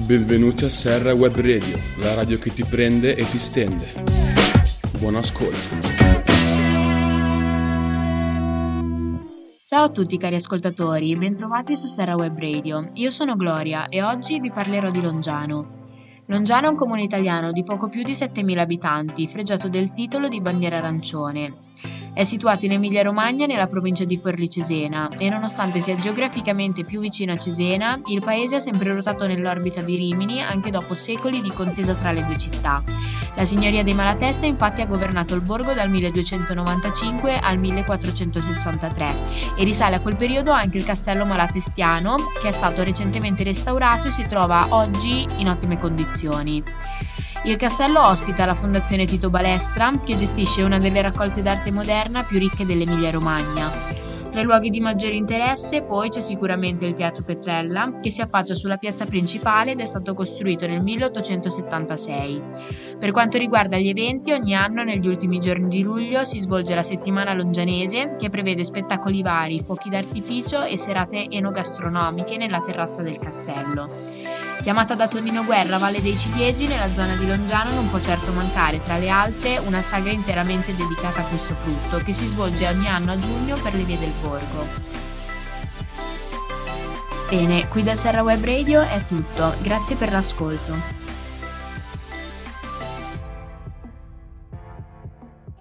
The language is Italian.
Benvenuti a Serra Web Radio, la radio che ti prende e ti stende. Buon ascolto. Ciao a tutti cari ascoltatori, bentrovati su Serra Web Radio. Io sono Gloria e oggi vi parlerò di Longiano. Longiano è un comune italiano di poco più di 7.000 abitanti, fregiato del titolo di bandiera arancione. È situato in Emilia-Romagna nella provincia di Forlì-Cesena e nonostante sia geograficamente più vicino a Cesena, il paese ha sempre ruotato nell'orbita di Rimini anche dopo secoli di contesa tra le due città. La signoria dei Malatesta infatti ha governato il borgo dal 1295 al 1463 e risale a quel periodo anche il castello malatestiano, che è stato recentemente restaurato e si trova oggi in ottime condizioni. Il castello ospita la Fondazione Tito Balestra, che gestisce una delle raccolte d'arte moderna più ricche dell'Emilia-Romagna. Tra i luoghi di maggiore interesse poi c'è sicuramente il Teatro Petrella, che si affaccia sulla piazza principale ed è stato costruito nel 1876. Per quanto riguarda gli eventi, ogni anno negli ultimi giorni di luglio si svolge la settimana longianese, che prevede spettacoli vari, fuochi d'artificio e serate enogastronomiche nella terrazza del castello. Chiamata da Tonino Guerra Valle dei Ciliegi, nella zona di Longiano non può certo mancare, tra le altre, una sagra interamente dedicata a questo frutto, che si svolge ogni anno a giugno per le vie del borgo. Bene, qui da Serra Web Radio è tutto, grazie per l'ascolto.